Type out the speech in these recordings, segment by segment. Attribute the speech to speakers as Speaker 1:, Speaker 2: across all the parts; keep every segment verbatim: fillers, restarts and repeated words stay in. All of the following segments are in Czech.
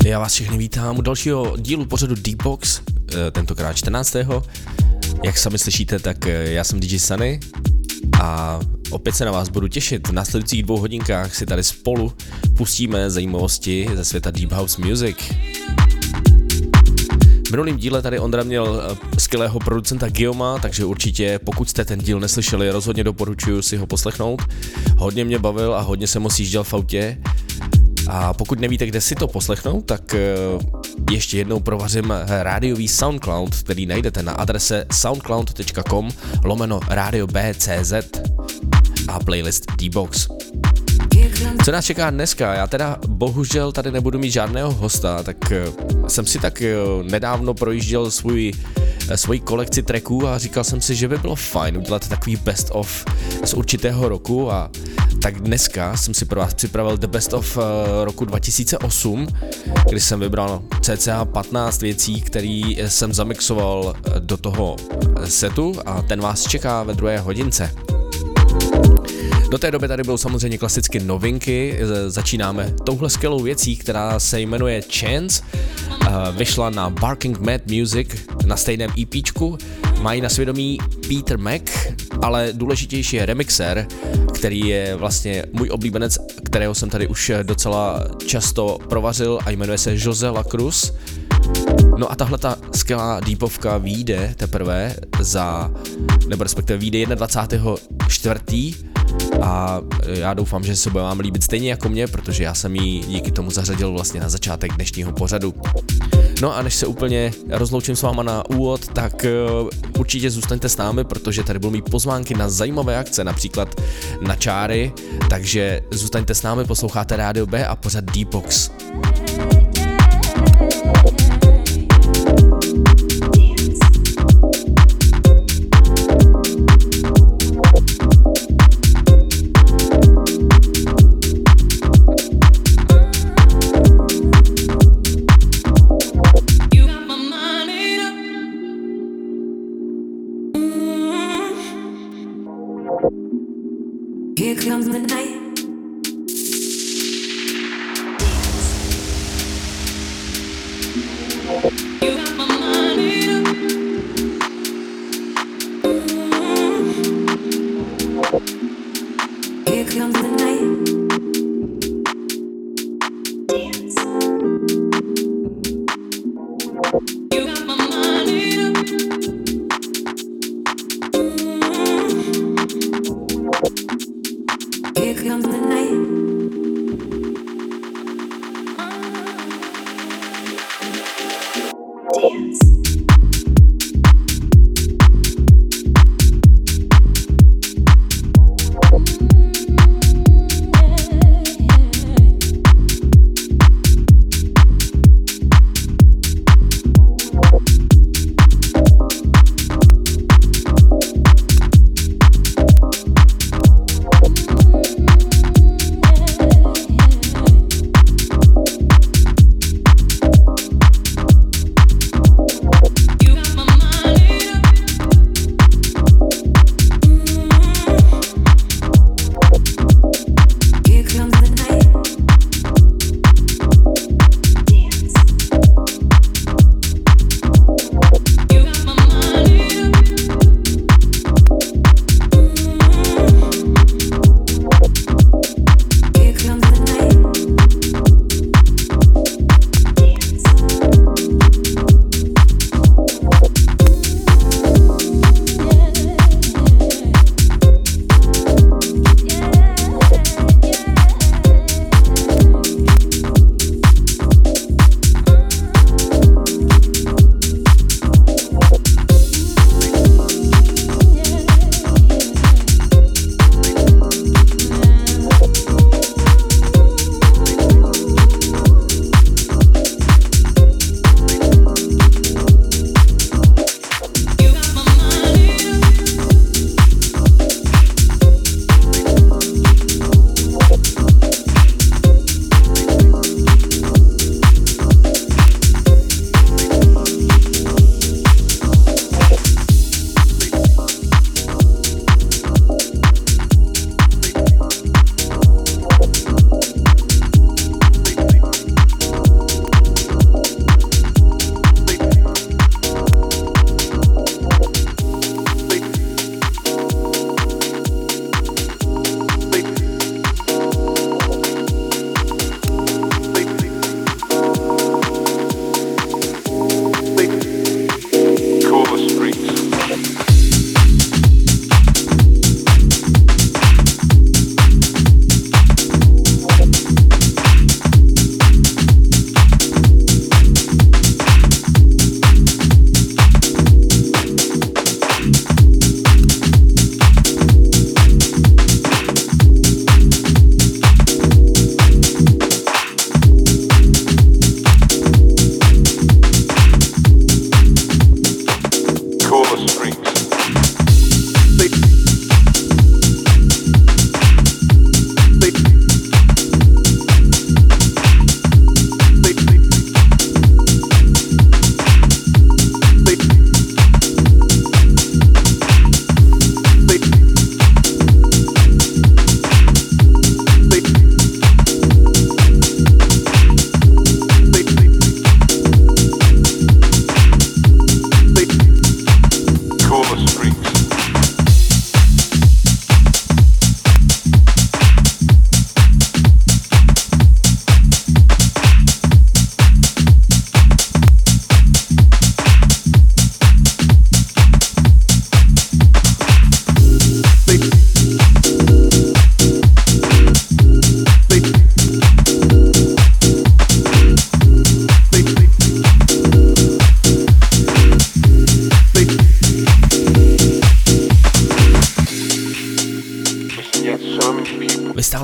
Speaker 1: Já vás všechny vítám u dalšího dílu pořadu D-Box, tentokrát čtrnáctého Jak sami slyšíte, tak já jsem D J Sunny a opět se na vás budu těšit. V následujících dvou hodinkách si tady spolu pustíme zajímavosti ze světa Deep House Music. V minulém díle tady Ondra měl skvělého producenta Guillauma, takže určitě pokud jste ten díl neslyšeli, rozhodně doporučuji si ho poslechnout. Hodně mě bavil a hodně jsem ho sjížděl v autě. A pokud nevíte, kde si to poslechnout, tak ještě jednou provařím rádiový SoundCloud, který najdete na adrese soundcloud tečka com lomeno radio b tečka c z a playlist D-Box. Co nás čeká dneska? Já teda bohužel tady nebudu mít žádného hosta, tak jsem si tak nedávno projížděl svůj, svoji kolekci tracků a říkal jsem si, že by bylo fajn udělat takový best of z určitého roku a tak dneska jsem si pro vás připravil the best of roku dva tisíce osm, kdy jsem vybral cca patnáct věcí, které jsem zamixoval do toho setu a ten vás čeká ve druhé hodince. Do té doby tady budou samozřejmě klasicky novinky, začínáme touhle skvělou věcí, která se jmenuje Chance, vyšla na Barking Mad Music na stejném EPčku, mají na svědomí Peter Mac, ale důležitější je remixer, který je vlastně můj oblíbenec, kterého jsem tady už docela často provařil a jmenuje se Jose La Cruz. No a tahle ta skvělá deepovka vyjde teprve za, nebo respektive vyjde dvacátého čtvrtého a já doufám, že se bude vám líbit stejně jako mě, protože já jsem ji díky tomu zařadil vlastně na začátek dnešního pořadu. No a než se úplně rozloučím s váma na úvod, tak uh, určitě zůstaňte s námi, protože tady budou mít pozvánky na zajímavé akce, například na čáry, takže zůstaňte s námi, posloucháte Rádio B a pořad D-Box.
Speaker 2: Here comes the night. You have my mind made up. Here comes the night. Dance. You have my mind made up. Here comes the night. Dance.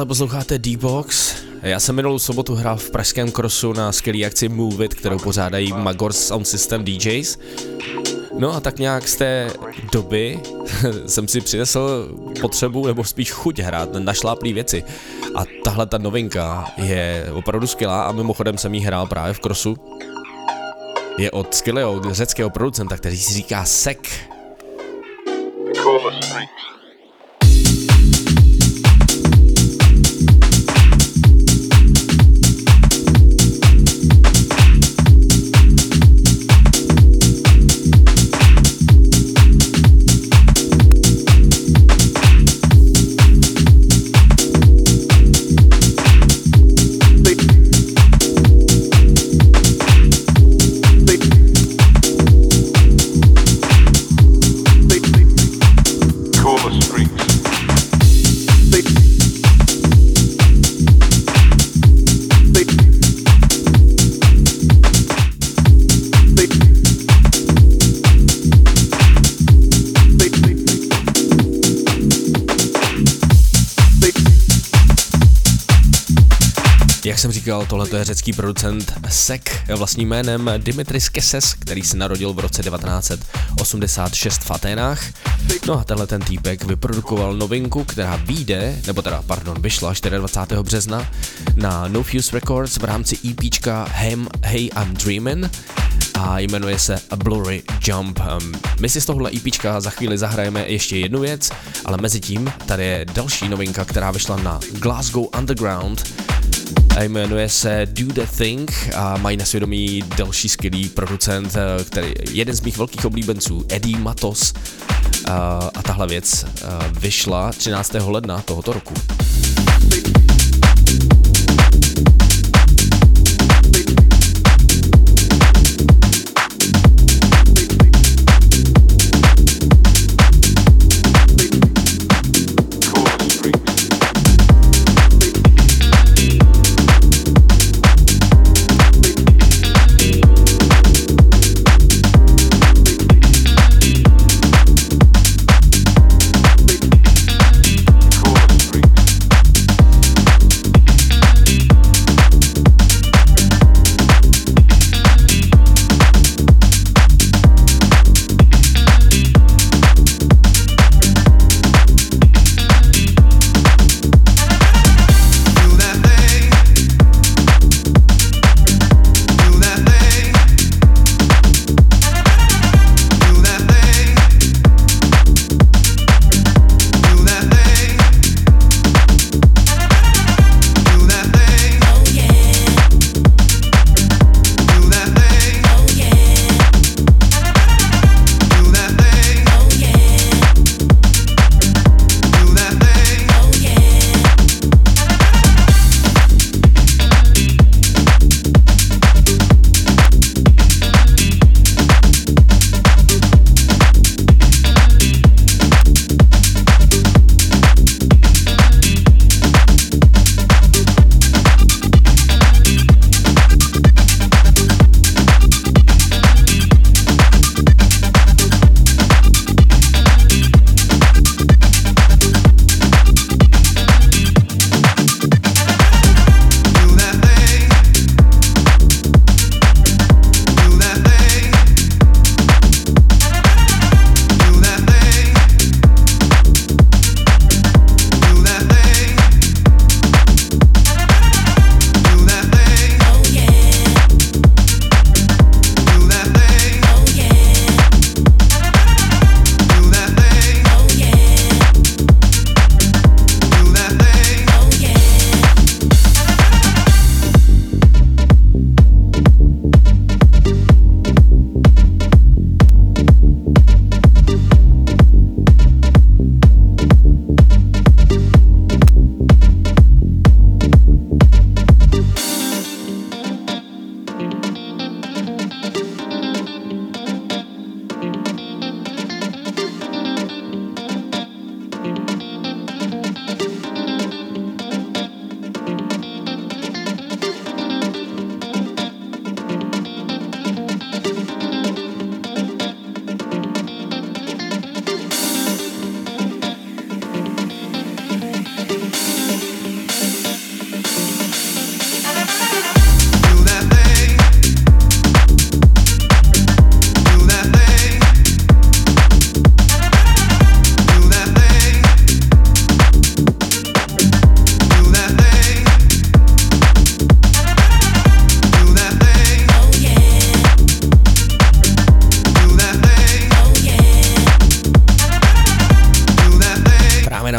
Speaker 1: Stále posloucháte D-Box. Já jsem minulou sobotu hrál v pražském Crossu na skvělý akci Move It, kterou pořádají Magor Sound System D Js. No a tak nějak z té doby jsem si přinesl potřebu, nebo spíš chuť hrát našláplý věci. A tahle ta novinka je opravdu skvělá a mimochodem jsem jí hrál právě v Crossu. Je od skvělého řeckého producenta, který si říká Sek.
Speaker 3: Cool, thanks.
Speaker 1: Jak jsem říkal, tohle je řecký producent Sek vlastním jménem Dimitris Keses, který se narodil v roce devatenáct set osmdesát šest v Aténách. No a tenhle ten týpek vyprodukoval novinku, která vyjde, nebo teda, pardon, vyšla dvacátého čtvrtého března na No Fuse Records v rámci EPčka Hem, Hey I'm Dreamin' a jmenuje se A Blurry Jump. Um, my si z tohohle EPčka za chvíli zahrajeme ještě jednu věc, ale mezi tím tady je další novinka, která vyšla na Glasgow Underground. A jmenuje se Do The Thing a mají na svědomí další skvělý producent, který jeden z mých velkých oblíbenců, Eddie Matos. A, a tahle věc vyšla třináctého ledna tohoto roku.
Speaker 3: Cool.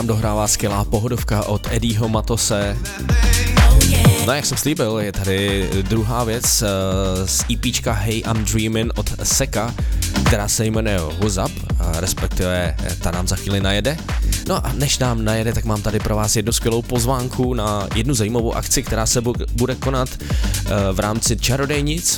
Speaker 1: nám dohrává skvělá pohodovka od Eddieho Matose. No jak jsem slíbil, je tady druhá věc z EPčka Hey I'm Dreamin' od Seka, která se jmenuje Who's Up, respektive ta nám za chvíli najede. No a než nám najede, tak mám tady pro vás jednu skvělou pozvánku na jednu zajímavou akci, která se bude konat v rámci Čarodejnic.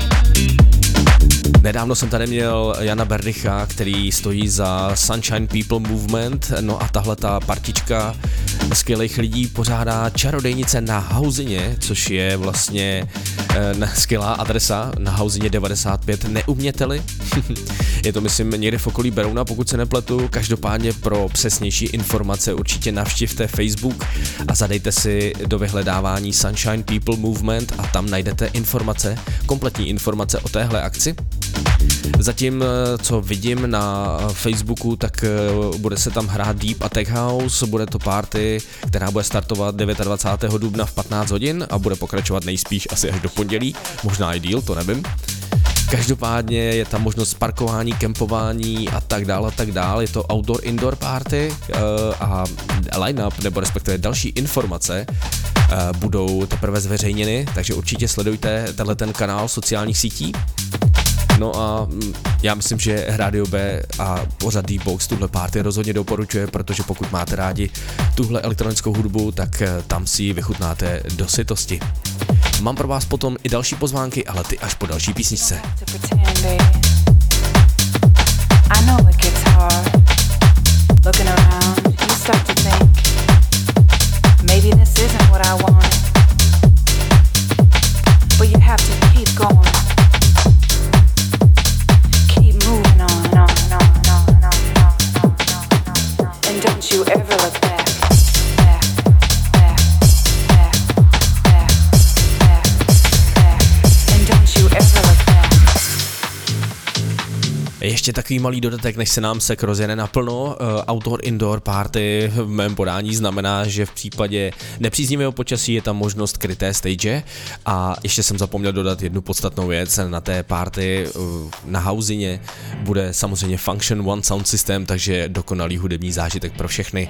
Speaker 1: Nedávno jsem tady měl Jana Berdycha, který stojí za Sunshine People Movement, no a tahle ta partička skvělých lidí pořádá čarodejnice na Hausině, což je vlastně e, skvělá adresa, na Hausině devadesát pět, neuměteli. Je to myslím někde v okolí Berouna, pokud se nepletu, každopádně pro přesnější informace určitě navštivte Facebook a zadejte si do vyhledávání Sunshine People Movement a tam najdete informace, kompletní informace o téhle akci. Zatím, co vidím na Facebooku, tak bude se tam hrát Deep a Tech House, bude to party, která bude startovat dvacátého devátého dubna v patnáct hodin a bude pokračovat nejspíš asi až do pondělí, možná i díl, to nevím. Každopádně je tam možnost parkování, kempování a tak dále a tak dále. Je to outdoor indoor party a line-up, nebo respektive další informace budou teprve zveřejněny, takže určitě sledujte tenhle ten kanál sociálních sítí. No a já myslím, že Radio B a pořad D-Box tuhle party rozhodně doporučuje, protože pokud máte rádi tuhle elektronickou hudbu, tak tam si ji vychutnáte do sytosti. Mám pro vás potom i další pozvánky, ale ty až po další písničce.
Speaker 3: You ever look back, back, back, back, back, back, back, and don't you ever look back.
Speaker 1: Ještě takový malý dodatek, než se nám sek rozjede naplno. Outdoor-indoor party v mém podání znamená, že v případě nepříznivého počasí je tam možnost kryté stage a ještě jsem zapomněl dodat jednu podstatnou věc. Na té party na Hausině bude samozřejmě Function One Sound System, takže dokonalý hudební zážitek pro všechny.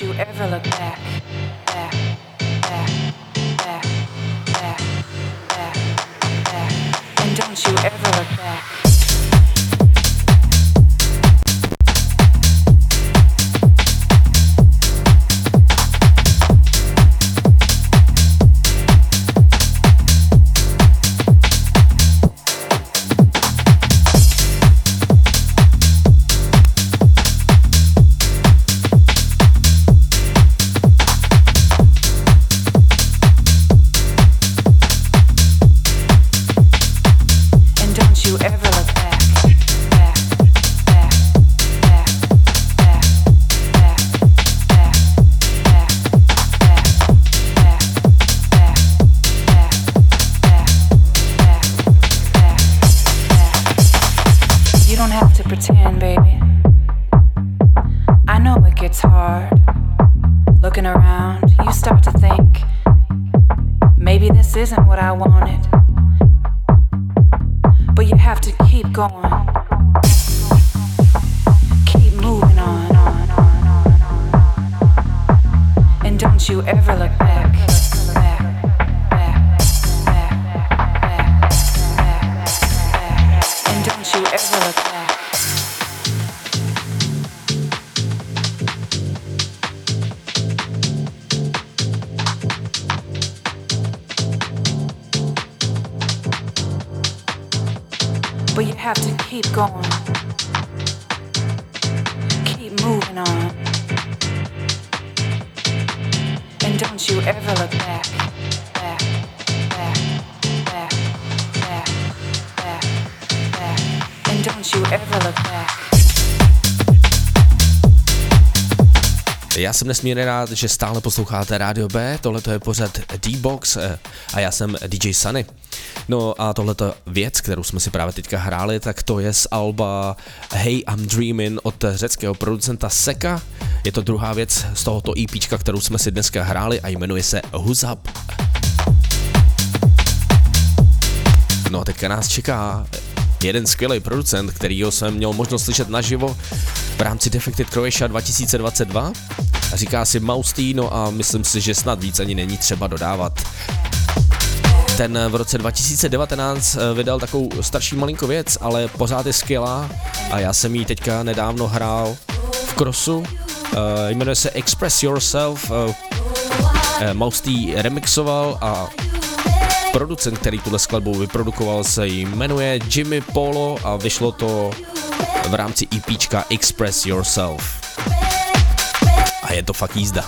Speaker 3: Pretend, baby. I know it gets hard. Looking around, you start to think, maybe this isn't what I wanted. But you have to keep going. Keep moving on. And don't you ever look back. Back, back, back, back, back, back. And don't you ever look back. But you have to keep going. Keep moving on. And don't you ever look back. Back, back, back, back, back, back. And don't you ever look back.
Speaker 1: Já jsem nesmírně rád, že stále posloucháte Radio B, tohle je pořad D-Box a já jsem D J Sunny. No a tohleto věc, kterou jsme si právě teďka hráli, tak to je z alba Hey I'm Dreamin' od řeckého producenta Seka. Je to druhá věc z tohoto EPčka, kterou jsme si dneska hráli a jmenuje se Who's Up. No a teďka nás čeká jeden skvělý producent, kterýho jsem měl možnost slyšet naživo v rámci Defected Croatia dva tisíce dvacet dva. říká si Mousty, no a myslím si, že snad víc ani není třeba dodávat. Ten v roce dva tisíce devatenáct vydal takovou starší malinko věc, ale pořád je skvělá a já jsem ji teďka nedávno hrál v crossu. Uh, jmenuje se Express Yourself, uh, uh, Mousty remixoval a producent, který tuhle skladbu vyprodukoval, se jmenuje Jimmy Polo a vyšlo to v rámci EPčka Express Yourself. A je to fakt jízda.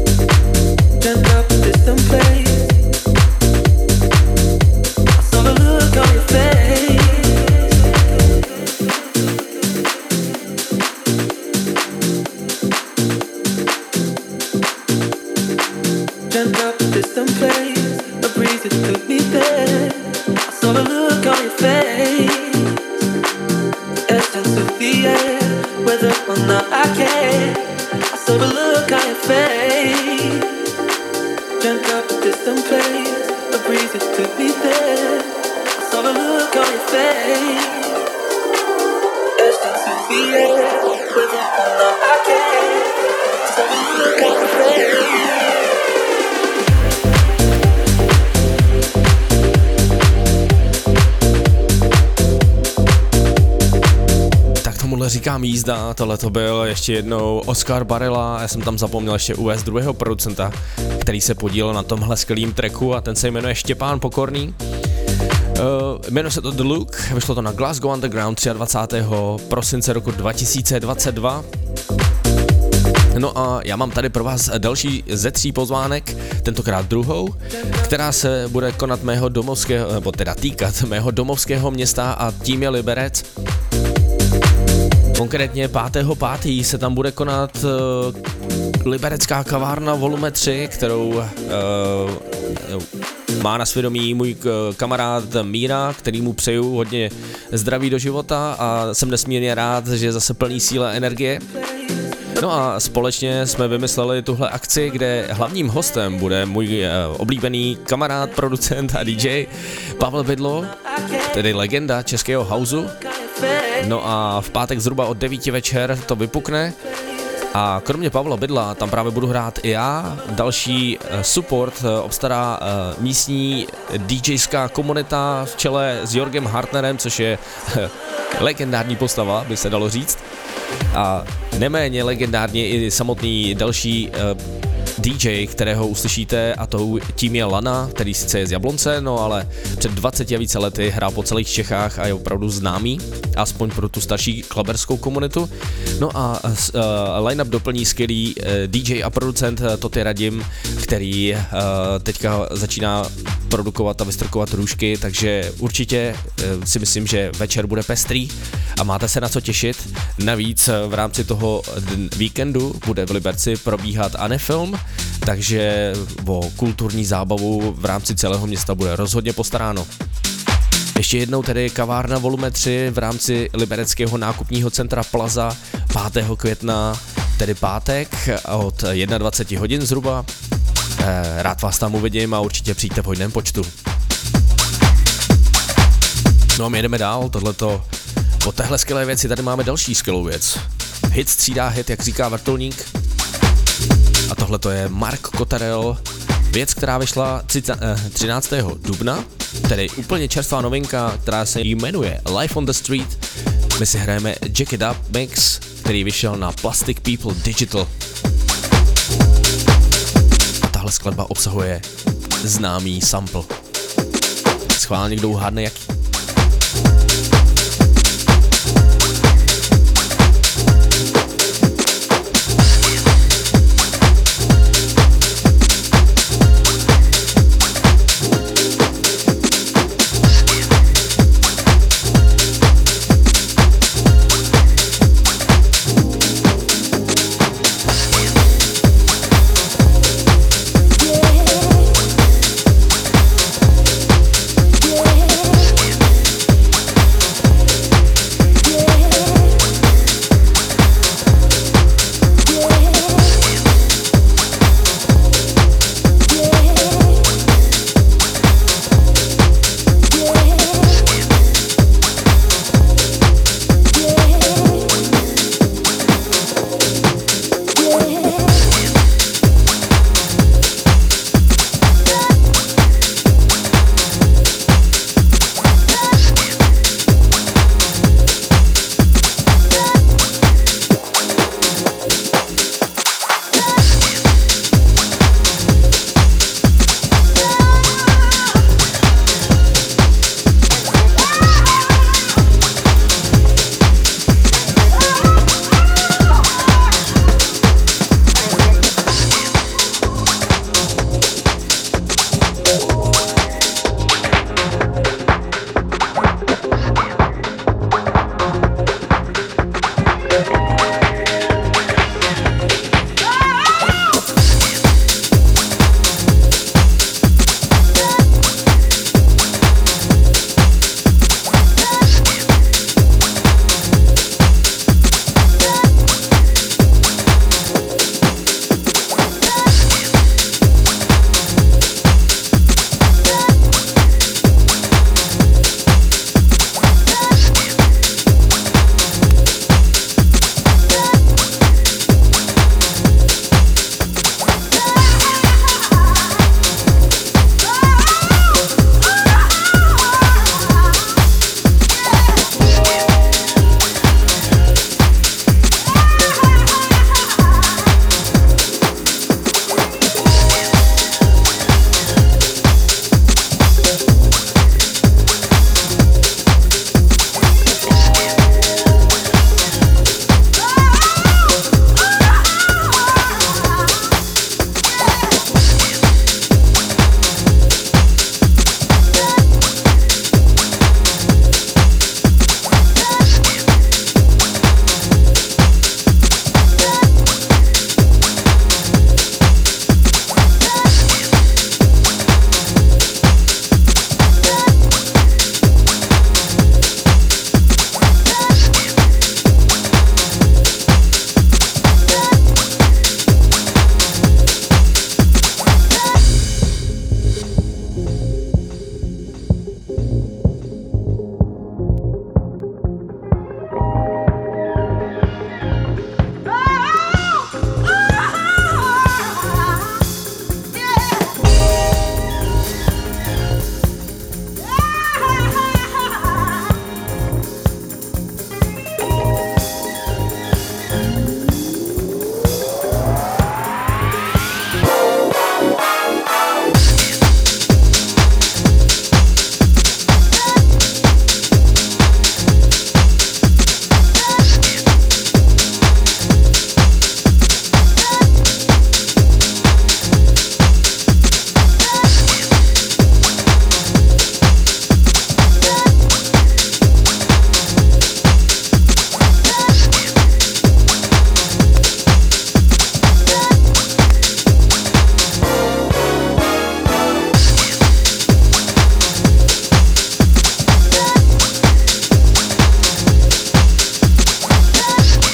Speaker 4: Some the air, whether or not I care. I saw the look on your face, dreamt up a distant place, a breeze that took me there. I saw the look on your face, etched into the air, whether or not I care. I saw the look on your face.
Speaker 1: Tomuhle říkám jízda, tohle to byl ještě jednou Oscar Barilla, já jsem tam zapomněl ještě uvést druhého producenta, který se podílel na tomhle skvělým tracku a ten se jmenuje Štěpán Pokorný. Uh, jmenuje se to The Look, vyšlo to na Glasgow Underground dvacátého třetího prosince roku dva tisíce dvacet dva. No a já mám tady pro vás další ze tří pozvánek, tentokrát druhou, která se bude konat mého domovského, nebo teda týkat mého domovského města a tím je Liberec. Konkrétně pátého pátého se tam bude konat uh, liberecká kavárna volume tři, kterou uh, má na svědomí můj kamarád Míra, kterýmu přeju hodně zdraví do života a jsem nesmírně rád, že je zase plný síly a energie. No a společně jsme vymysleli tuhle akci, kde hlavním hostem bude můj uh, oblíbený kamarád, producent a D J Pavel Bydlo, tedy legenda českého houseu. No a v pátek zhruba od devíti večer to vypukne a kromě Pavla Bydla tam právě budu hrát i já. Další support obstará místní DJská komunita v čele s Jorgem Hartnerem, což je legendární postava, by se dalo říct. A neméně legendárně i samotný další D J, kterého uslyšíte, a to tím je Lana, který sice je z Jablonce, no ale před dvaceti a více lety hrál po celých Čechách a je opravdu známý, aspoň pro tu starší klaberskou komunitu. No a uh, line-up doplní skvělý uh, D J a producent uh, Toty Radim, který uh, teďka začíná produkovat a vystrkovat růžky, takže určitě uh, si myslím, že večer bude pestrý a máte se na co těšit. Navíc uh, v rámci toho víkendu bude v Liberci probíhat Anefilm, takže o kulturní zábavu v rámci celého města bude rozhodně postaráno. Ještě jednou tedy kavárna volume tři v rámci libereckého nákupního centra Plaza pátého května, tedy pátek od dvacet jedna hodin zhruba. Rád vás tam uvidím a určitě přijďte v hojném počtu. No a my jedeme dál, tohleto, po téhle skvělé věci tady máme další skvělou věc. Hit střídá hit, jak říká vrtulník. A tohle to je Mark Cotterell, věc, která vyšla třináctého dubna, tedy úplně čerstvá novinka, která se jmenuje Life on the Street. My si hrajeme Jack It Up Mix, který vyšel na Plastic People Digital. A tahle skladba obsahuje známý sample. Schválně kdo uhádne jaký.
Speaker 5: Yeah.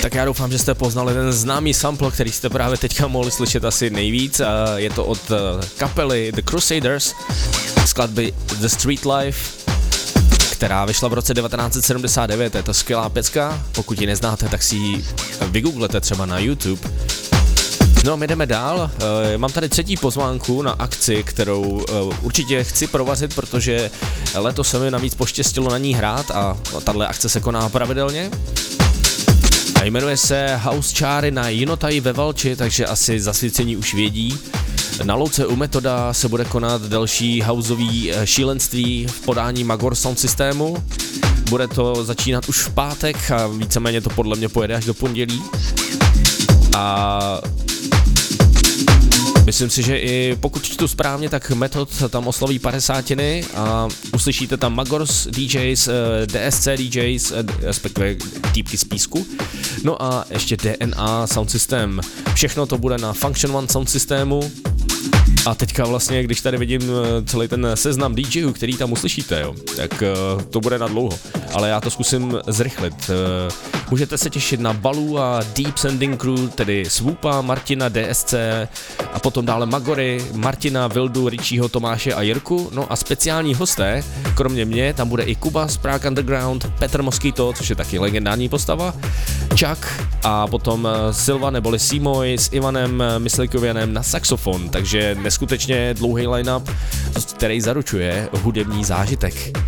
Speaker 1: tak já doufám, že jste poznali ten známý sample, který jste právě teďka mohli slyšet asi nejvíc. Je to od kapely The Crusaders, skladby The Street Life, která vyšla v roce devatenáct set sedmdesát devět. Je to skvělá pecka, pokud ji neznáte, tak si ji vygooglete třeba na YouTube. No a my jdeme dál, e, mám tady třetí pozvánku na akci, kterou e, určitě chci provazit, protože letos se mi navíc poštěstilo na ní hrát a tahle akce se koná pravidelně. A jmenuje se House Čáry na Jinotaji ve Valči, takže asi zasvěcení už vědí. Na louce u Metoda se bude konat další houseový šílenství v podání Magor Sound Systému. Bude to začínat už v pátek a víceméně to podle mě pojede až do pondělí. A myslím si, že i pokud čtu správně, tak Metod tam oslaví padesátiny a uslyšíte tam Magors D Js, D S C D Js, respektive týpky z písku. No a ještě D N A Sound System. Všechno to bude na Function One Sound Systému. A teďka vlastně, když tady vidím celý ten seznam DJů, který tam uslyšíte, jo, tak uh, to bude na dlouho. Ale já to zkusím zrychlit. Uh, můžete se těšit na Balu a Deep Sending Crew, tedy Swoopa, Martina, D S C a potom dále Magory, Martina, Vildu, Richieho, Tomáše a Jirku. No a speciální hosté, kromě mě, tam bude i Kuba z Prague Underground, Petr Mosquito, což je taky legendární postava, Chuck a potom Silva neboli Simoy s Ivanem Myslikovianem na saxofon, takže neskutečně dlouhý line-up, který zaručuje hudební zážitek.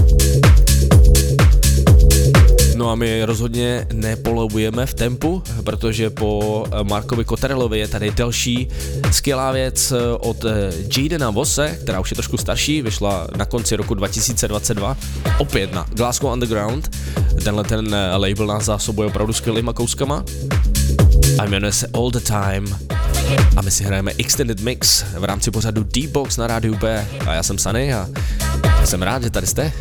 Speaker 1: No a my rozhodně nepolevujeme v tempu, protože po Markovi Cotterelovi je tady další skvělá věc od Jadena Vosse, která už je trošku starší, vyšla na konci roku dva tisíce dvacet dva, opět na Glasgow Underground. Tenhle ten label nás zásobuje opravdu skvělýma kouskama a jmenuje se All the Time. A my si hrajeme Extended Mix v rámci pořadu D-Box na rádiu B. A já jsem Sunny a jsem rád, že tady jste.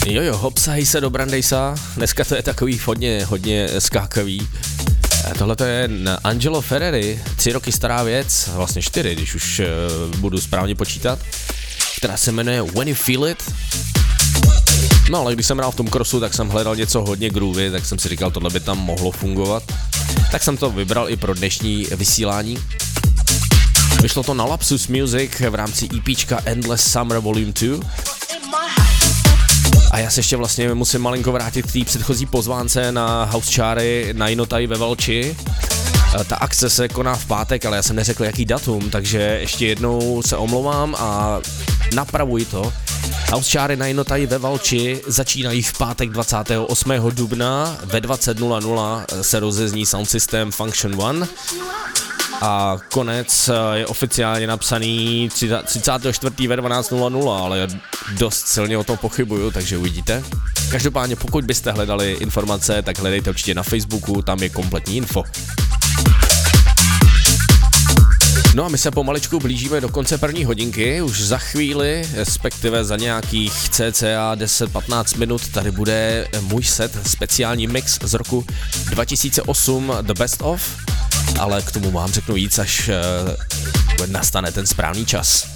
Speaker 1: Jo jo, hopsahej se do Brandejsa, dneska to je takový hodně, hodně skákavý. Tohle to je Angelo Ferreri, tři roky stará věc, vlastně čtyři, když už uh, budu správně počítat, která se jmenuje When You Feel It. No ale když jsem hrál v tom crossu, tak jsem hledal něco hodně groovy, tak jsem si říkal, tohle by tam mohlo fungovat. Tak jsem to vybral i pro dnešní vysílání. Vyšlo to na Lapsus Music v rámci EPčka Endless Summer Volume dva. A já se ještě vlastně musím malinko vrátit k té předchozí pozvánce na House Chary na Jinotaj ve Valči. Ta akce se koná v pátek, ale já jsem neřekl jaký datum, takže ještě jednou se omlouvám a napravuji to. House Chary na Jinotaj ve Valči začínají v pátek dvacátého osmého dubna ve dvacet nula nula se rozezní sound system Function One. A konec je oficiálně napsaný třicátého čtvrtého ve dvanáct nula nula, ale dost silně o tom pochybuju, takže uvidíte. Každopádně pokud byste hledali informace, tak hledejte určitě na Facebooku, tam je kompletní info. No a my se pomaličku blížíme do konce první hodinky, už za chvíli, respektive za nějakých cca deset patnáct minut tady bude můj set, speciální mix z roku dva tisíce osm The Best Of, ale k tomu vám řeknu víc, až uh, nastane ten správný čas.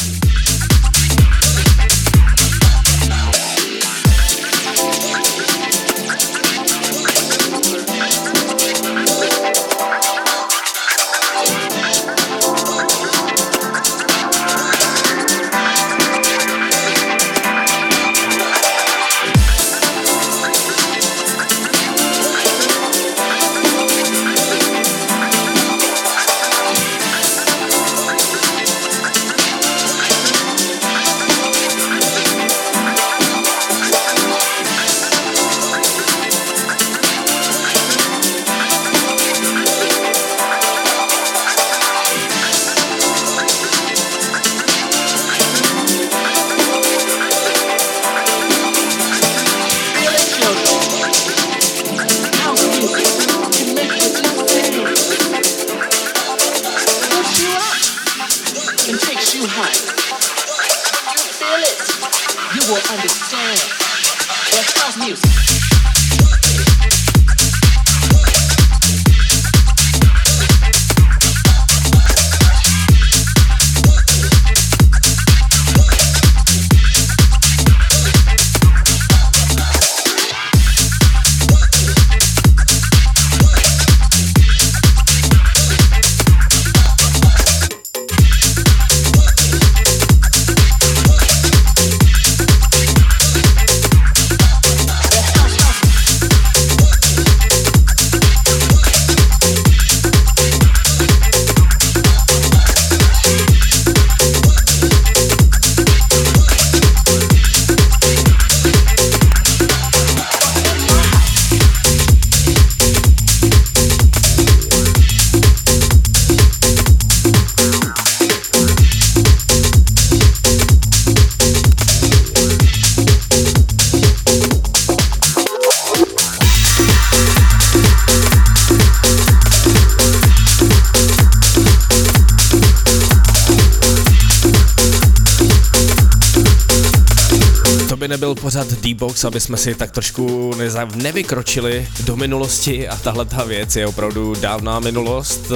Speaker 1: Nebyl pořád D-Box, aby jsme si tak trošku neza- nevykročili do minulosti a tahle ta věc je opravdu dávná minulost.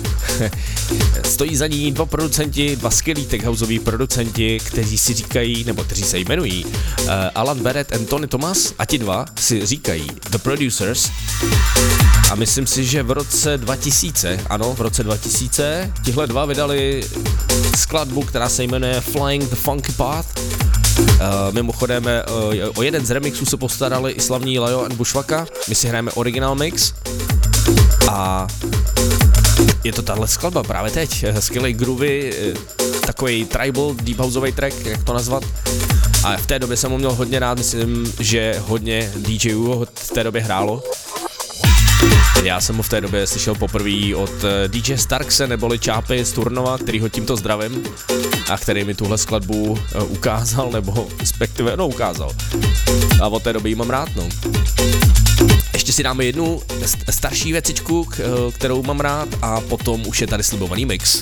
Speaker 1: Stojí za ní dva producenti, dva skvělí tech houseoví producenti, kteří si říkají, nebo kteří se jmenují uh, Alan Barrett a Tony Thomas a ti dva si říkají The Producers. A myslím si, že v roce dva tisíce, ano, v roce dva tisíce, tihle dva vydali skladbu, která se jmenuje Flying the Funky Path. Uh, mimochodem uh, o jeden z remixů se postarali i slavní Lajo and Bushwaka, my si hrajeme original mix a je to tahle skladba právě teď, skvělej groovy, takový tribal, deep houseový track, jak to nazvat, a v té době jsem ho měl hodně rád, myslím, že hodně DJů ho v té době hrálo. Já jsem ho v té době slyšel poprvé od D J Starkse neboli Čápy z Turnova, který ho tímto zdravím a který mi tuhle skladbu ukázal, nebo respektive, no ukázal. A od té doby ji mám rád, no. Ještě si dáme jednu starší věcičku, kterou mám rád a potom už je tady slibovaný mix.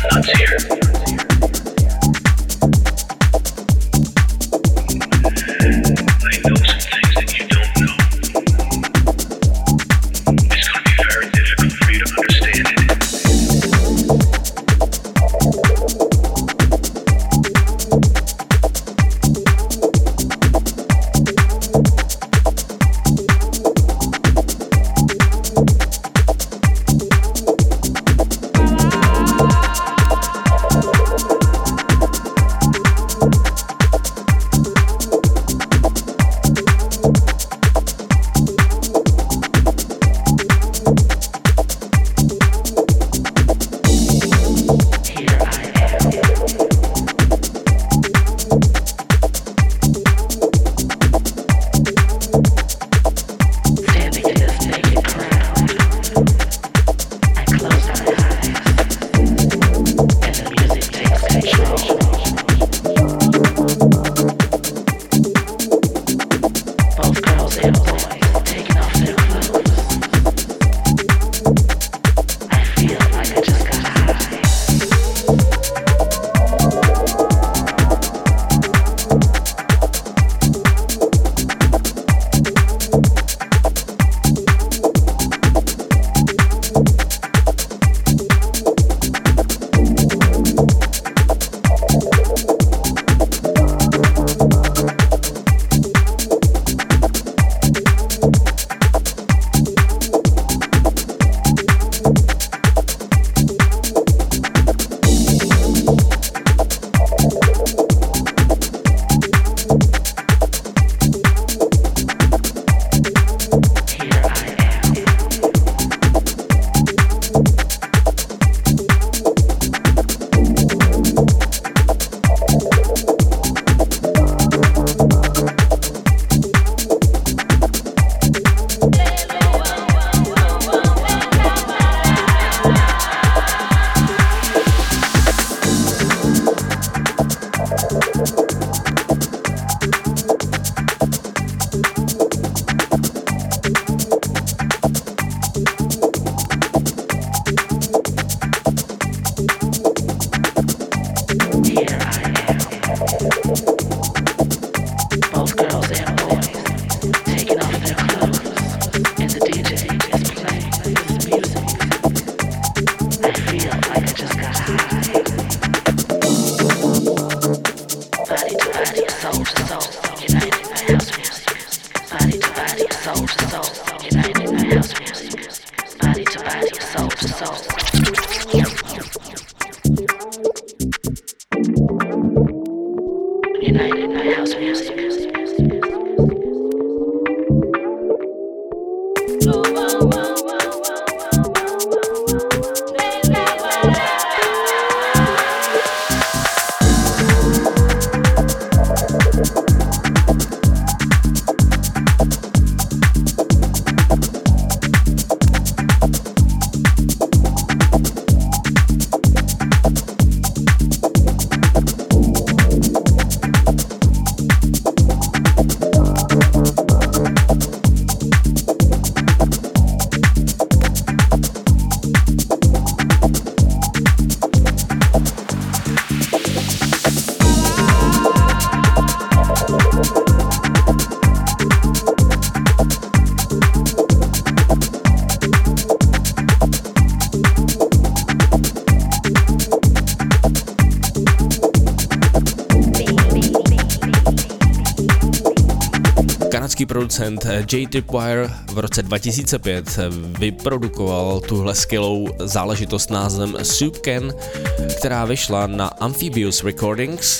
Speaker 1: Producent J. Tripwire v roce dva tisíce pět vyprodukoval tuhle skvělou záležitost názvem Soup Can, která vyšla na Amphibious Recordings.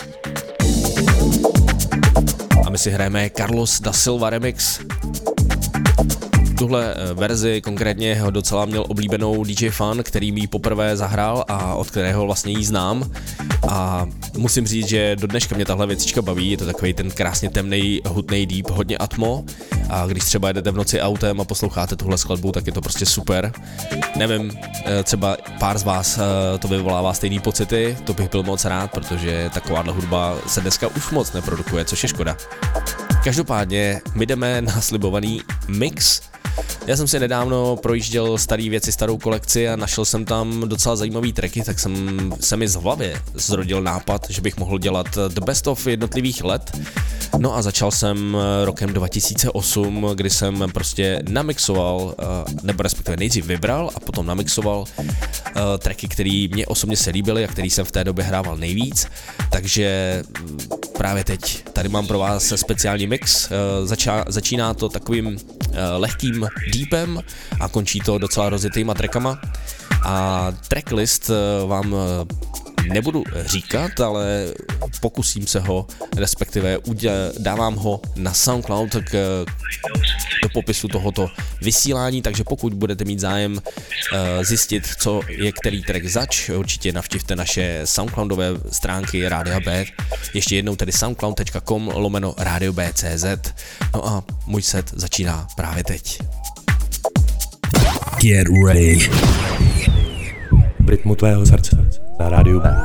Speaker 1: A my si hrajeme Carlos da Silva remix. Tuhle verzi konkrétně ho docela měl oblíbenou D J Fan, který mi poprvé zahrál a od kterého vlastně jí znám. A musím říct, že do dneška mě tahle věcička baví, je to takový ten krásně temnej, hutnej deep, hodně atmo. A když třeba jedete v noci autem a posloucháte tuhle skladbu, tak je to prostě super. Nevím, třeba pár z vás to vyvolává stejný pocity, to bych byl moc rád, protože takováhle hudba se dneska už moc neprodukuje, což je škoda. Každopádně my jdeme na slibovaný mix Já jsem si nedávno projížděl staré věci, starou kolekci a našel jsem tam docela zajímavý tracky, tak jsem se mi z hlavy zrodil nápad, že bych mohl dělat the best of jednotlivých let. No a začal jsem rokem dva tisíce osm, kdy jsem prostě namixoval, nebo respektive nejdřív vybral a potom namixoval tracky, které mě osobně se líbily a který jsem v té době hrával nejvíc. Takže právě teď tady mám pro vás speciální mix. Začá, začíná to takovým lehkým deepem a končí to docela rozjetýma trackama. A tracklist vám nebudu říkat, ale pokusím se ho, respektive uděl, dávám ho na SoundCloud k, do popisu tohoto vysílání, takže pokud budete mít zájem uh, zjistit, co je který track zač, určitě navštivte naše SoundCloudové stránky Rádia B, ještě jednou tedy soundcloud tečka com lomeno radio b tečka cz. No a můj set začíná právě teď.
Speaker 5: Get ready. V rytmu tvého srdce na rádiu B.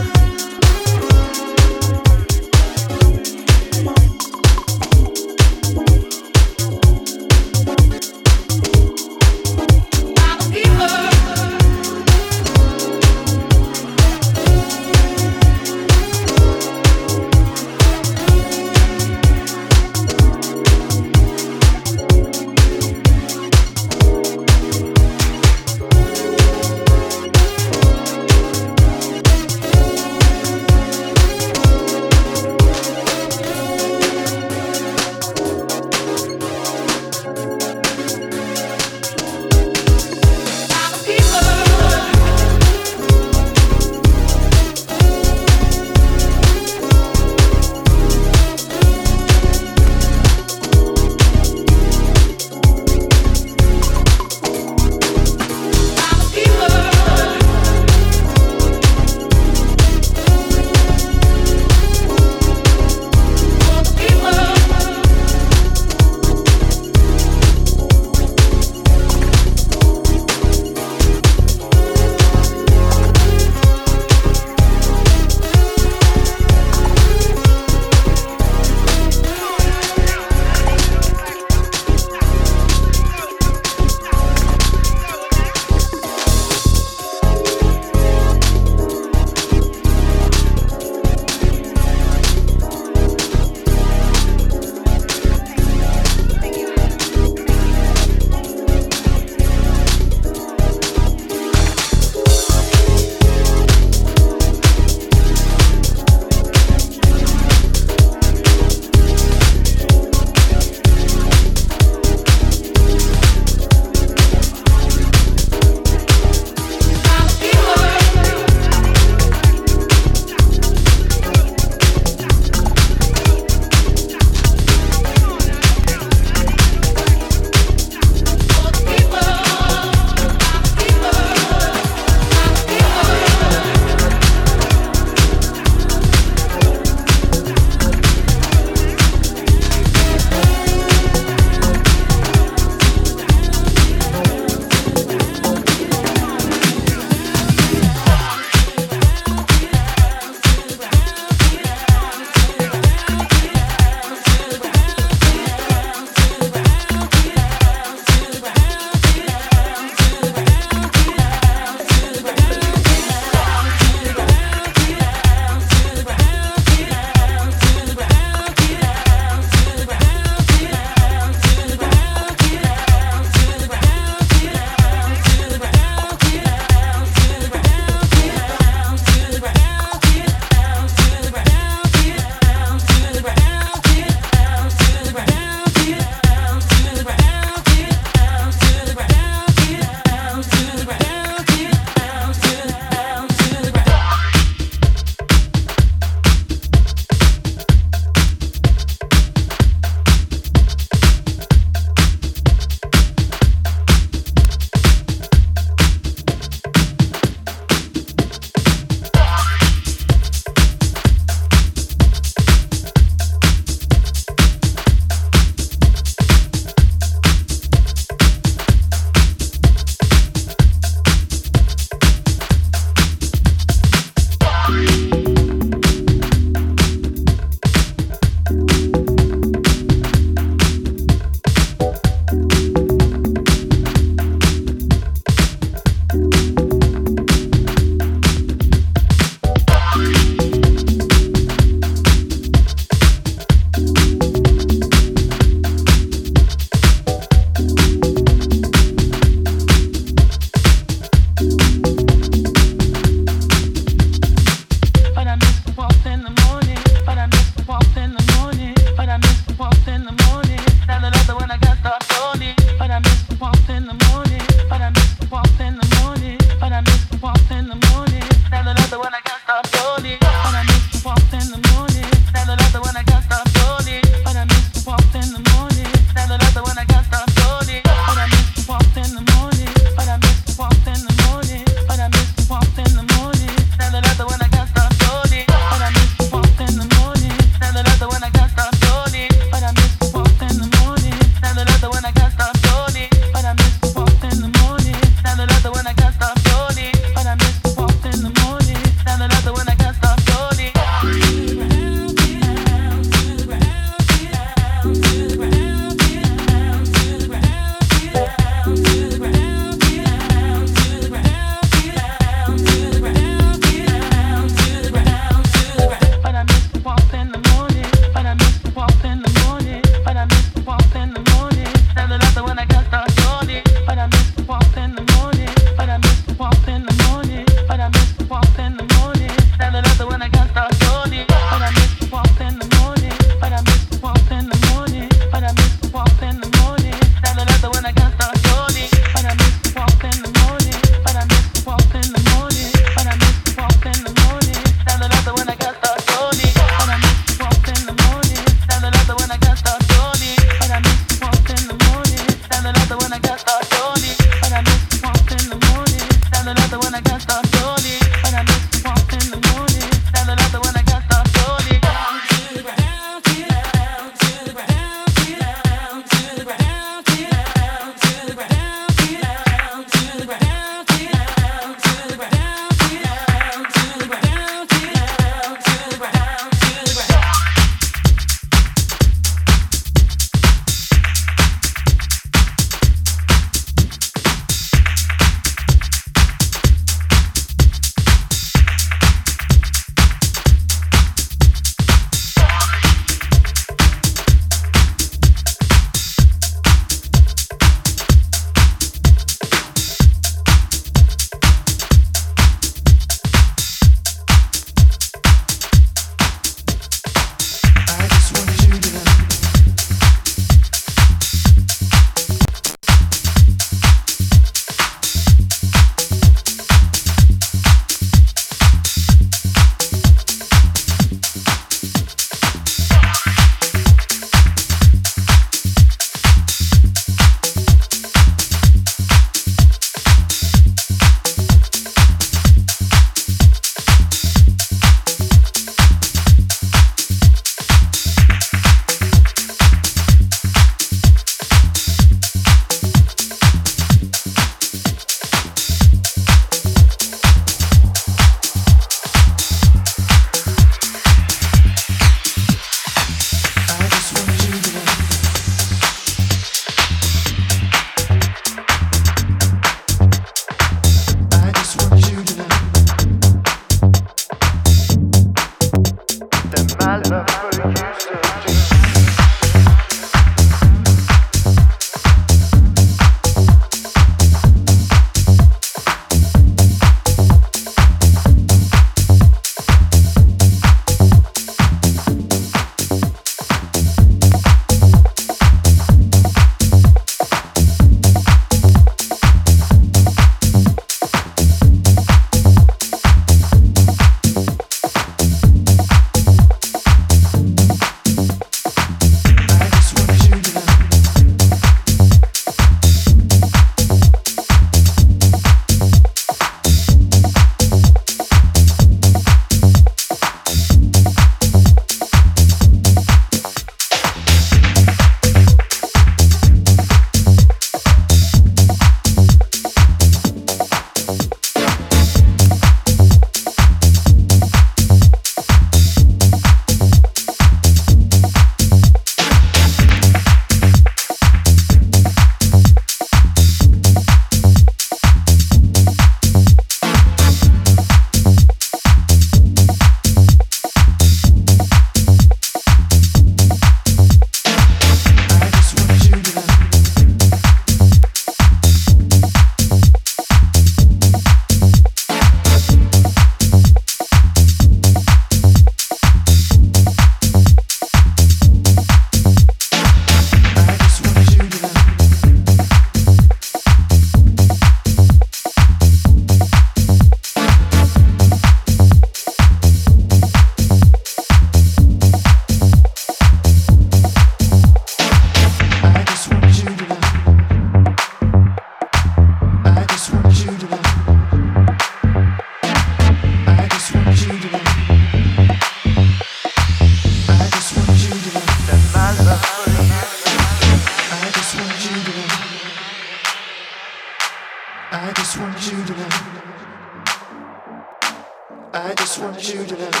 Speaker 4: want you to know.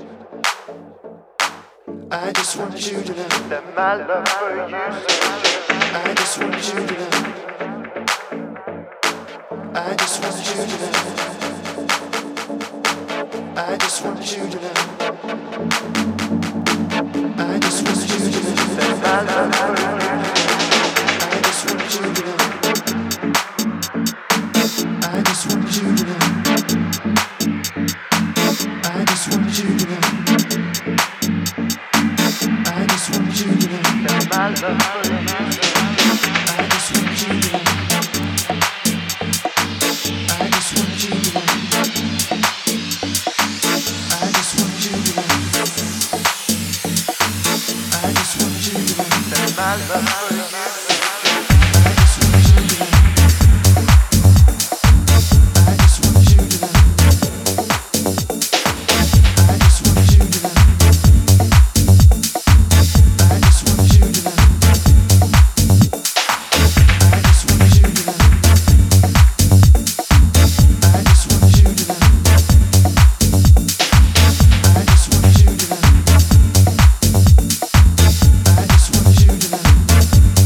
Speaker 4: I just want you to know that my love for you is so true. I just want you to know. I just want you to know. I just want you to know. I just want you to know that my love for you. I just want you to know. I just want you to know. I just want you to know. I just want you to know that my love for you. I just want you to know. I just want you to know. I just want you to know. I just want you to know that my love for you.
Speaker 6: I just want you to know.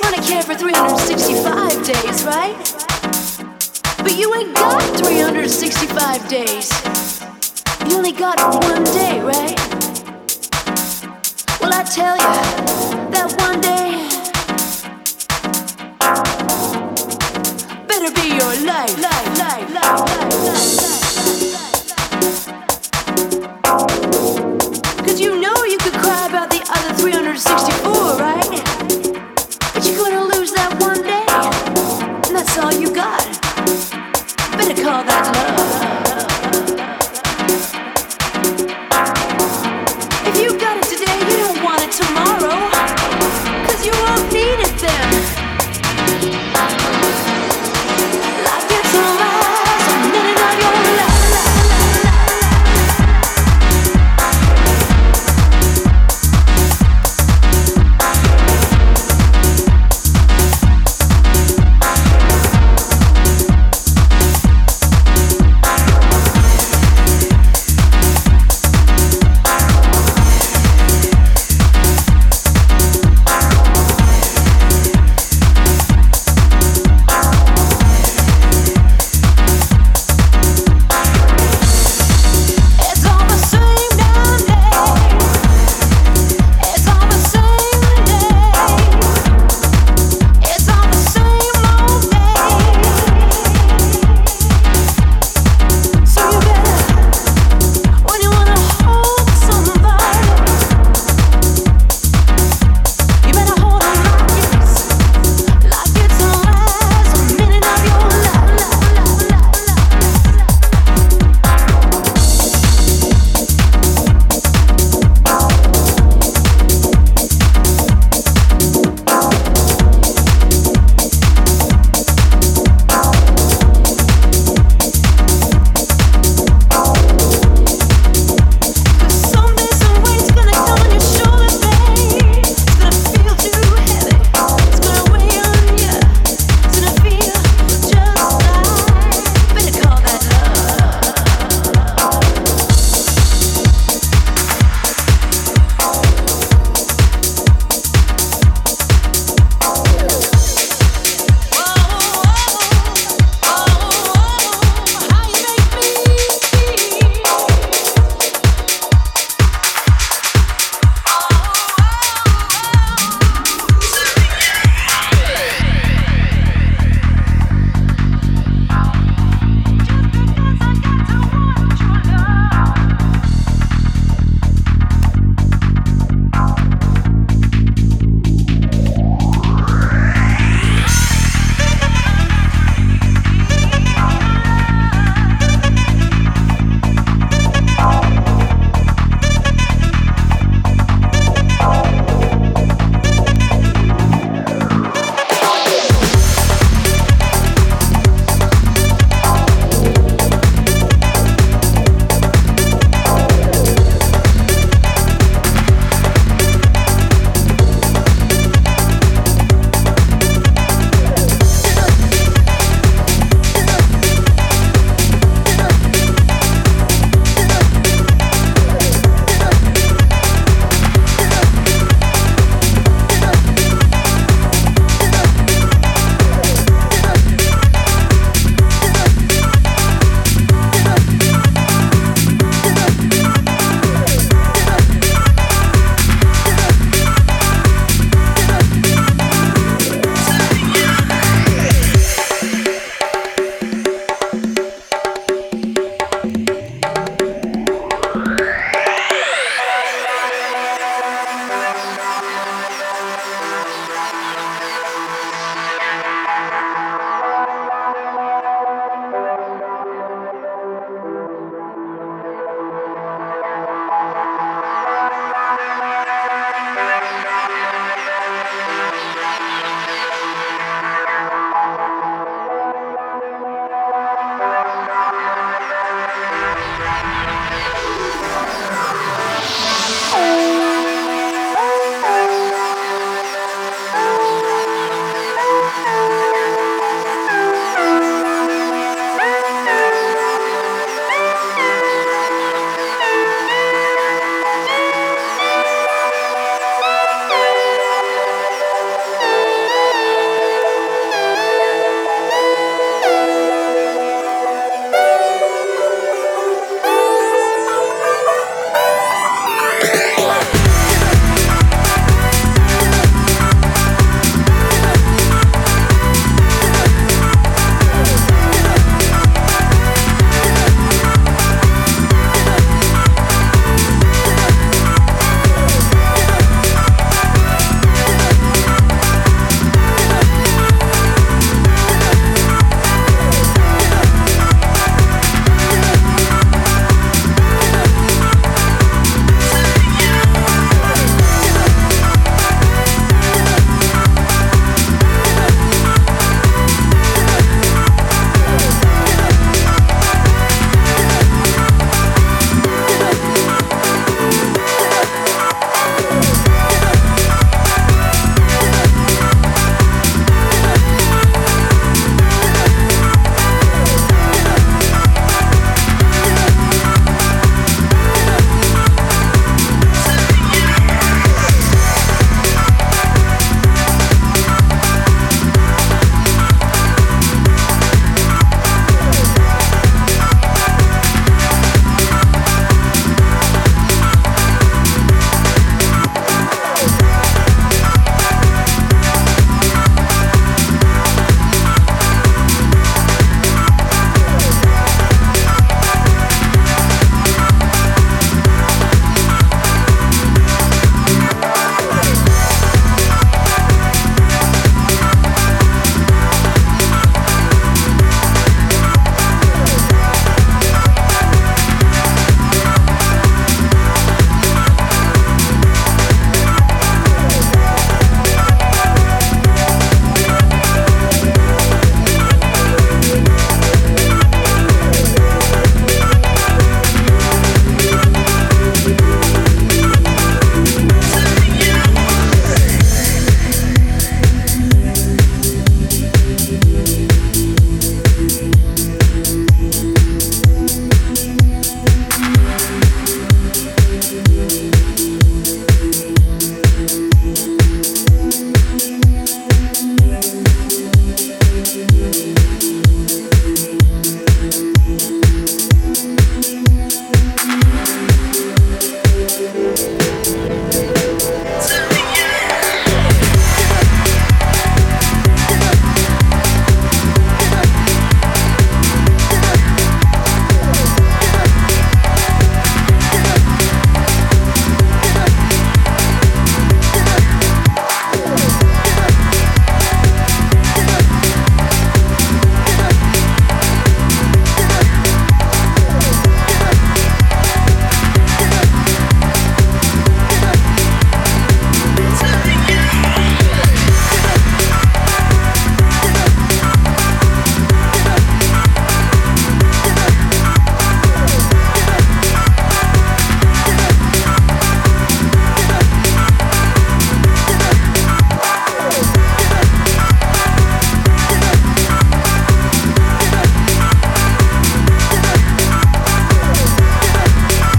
Speaker 6: only care for three hundred sixty-five days, right? But you ain't got three hundred sixty-five days. You only got one day, right? Well, I tell you, that one day better be your life, life, life, life, life, life. Cause you know you could cry about the other three hundred sixty-four, right? But you're gonna lose that one day, and that's all you got. Better call that love. If you got it today, you don't want it tomorrow, cause you won't need it then. Life gets on.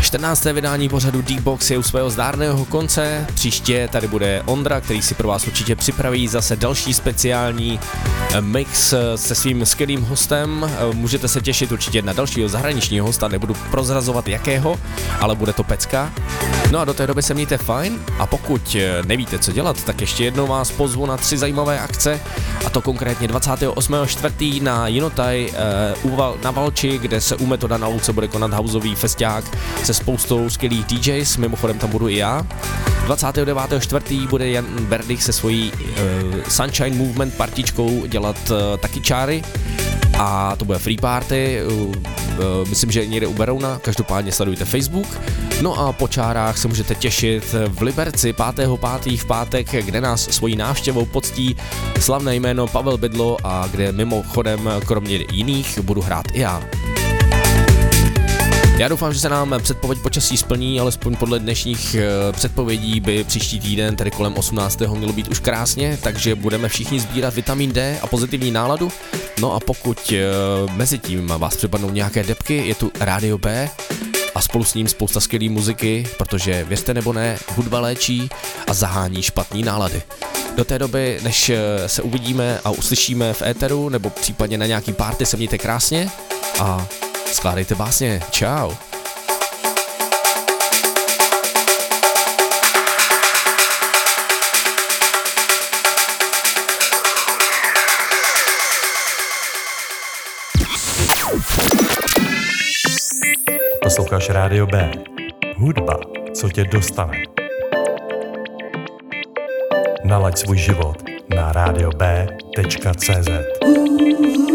Speaker 1: čtrnácté vydání pořadu D-Box je u svého zdárného konce. Příště tady bude Ondra, který si pro vás určitě připraví zase další speciální mix se svým skvělým hostem. Můžete se těšit určitě na dalšího zahraničního hosta, nebudu prozrazovat jakého, ale bude to pecka. No a do té doby se mějte fajn a pokud nevíte, co dělat, tak ještě jednou vás pozvu na tři zajímavé akce, a to konkrétně dvacátého osmého čtvrtého na Jinotaj na Valči, kde se u Metoda na Louce bude konat houseový festiák se spoustou skvělých D Js, mimochodem tam budu i já. dvacátého devátého čtvrtého bude Jan Berdych se svojí uh, Sunshine Movement partičkou dělat uh, taky čáry a to bude free party, uh, uh, myslím, že někde u Berouna, každopádně sledujte Facebook. No a po čárách se můžete těšit v Liberci pátého pátého v pátek, kde nás svojí návštěvou poctí slavné jméno Pavel Bydlo a kde mimochodem kromě jiných budu hrát i já. Já doufám, že se nám předpověď počasí splní, alespoň podle dnešních předpovědí by příští týden, tedy kolem osmnáctého mělo být už krásně, takže budeme všichni sbírat vitamin D a pozitivní náladu. No a pokud mezi tím vás přepadnou nějaké depky, je tu Rádio B a spolu s ním spousta skvělý muziky, protože věřte nebo ne, hudba léčí a zahání špatný nálady. Do té doby, než se uvidíme a uslyšíme v éteru nebo případně na nějaký party, se mějte krásně a skládejte básně. Čau.
Speaker 5: Posloucháš Rádio B. Hudba, co tě dostane. Nalaď svůj život na rádio b tečka cé zet.